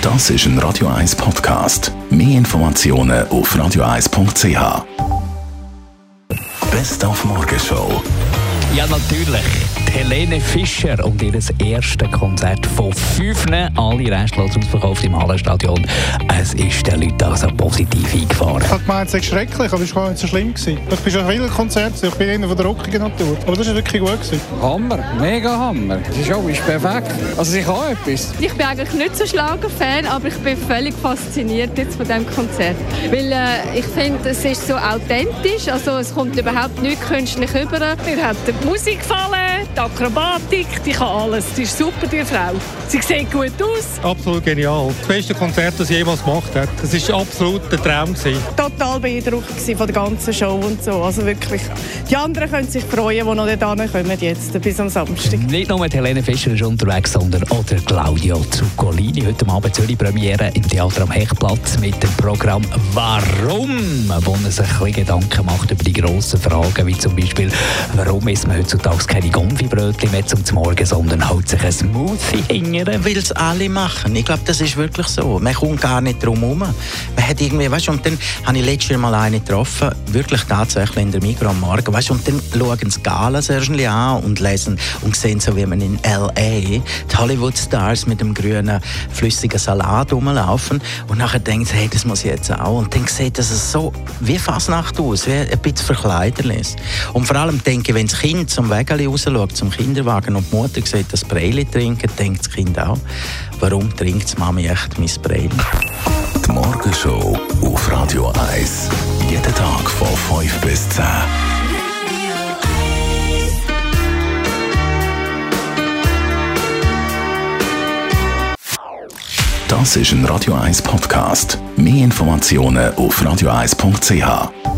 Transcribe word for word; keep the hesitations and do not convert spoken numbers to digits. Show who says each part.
Speaker 1: Das ist ein Radio eins Podcast. Mehr Informationen auf radio eins punkt c h. Best auf Morgenshow.
Speaker 2: Ja, natürlich. Die Helene Fischer und ihr erstes Konzert von fünf. Alle restlos ausverkauft im Hallenstadion. Es ist den Leuten also positiv eingefahren.
Speaker 3: Ich habe gemeint, es sei schrecklich, aber es war gar nicht so schlimm. Ich bin schon viele Konzerte, ich bin einer von der rockigen Natur. Aber das war wirklich gut.
Speaker 4: Hammer, mega Hammer. Die Show ist perfekt. Also ich habe etwas.
Speaker 5: Ich bin eigentlich nicht so Schlager-Fan, aber ich bin völlig fasziniert jetzt von diesem Konzert. Weil äh, ich finde, es ist so authentisch, also es kommt überhaupt nicht künstlich rüber.
Speaker 6: Mir hat die Musik gefallen, die Akrobatik, die kann alles. Die ist super, die Frau. Sie sieht gut aus.
Speaker 3: Absolut genial. Das beste Konzert, das sie jemals gemacht hat. Das war absolut der Traum.
Speaker 6: Total beeindruckt von der ganzen Show und so. Also wirklich, die anderen können sich freuen, die noch nicht kommen jetzt, bis am Samstag.
Speaker 2: Nicht nur die Helene Fischer ist unterwegs, sondern auch der Claudio Zuccolini. Heute Abend Zürich Premiere im Theater am Hechtplatz mit dem Programm «Warum?», wo man sich ein bisschen Gedanken macht über die grossen Fragen, wie zum Beispiel, warum isst man heutzutage keine Gonfi-Brötchen mehr zum Morgen, sondern holt sich ein Smoothie hingern.
Speaker 7: Weil es alle machen. Ich glaube, das ist wirklich so. Man kommt gar nicht drum herum. Man hat irgendwie, weißt, und dann habe ich letztes Mal eine getroffen, wirklich tatsächlich in der Migros am Morgen, weißt, und dann schauen sie Gala an und lesen und sehen so, wie man in L A die Hollywood-Stars mit dem grünen, flüssigen Salat rumlaufen und nachher denken sie, hey, das muss ich jetzt auch. Und dann sieht das so wie Fasnacht aus, wie ein bisschen Verkleiderlis. Und vor allem denke ich, wenn das Kind zum Wägeli rausschaut, zum Kinderwagen und die Mutter sieht, das Breili trinken, denkt das Kind auch, warum trinkt die Mami echt mein Breili?
Speaker 1: Die Morgenshow auf Radio eins. Jeden Tag von fünf bis zehn. Das ist ein Radio eins Podcast. Mehr Informationen auf radio eins punkt c h.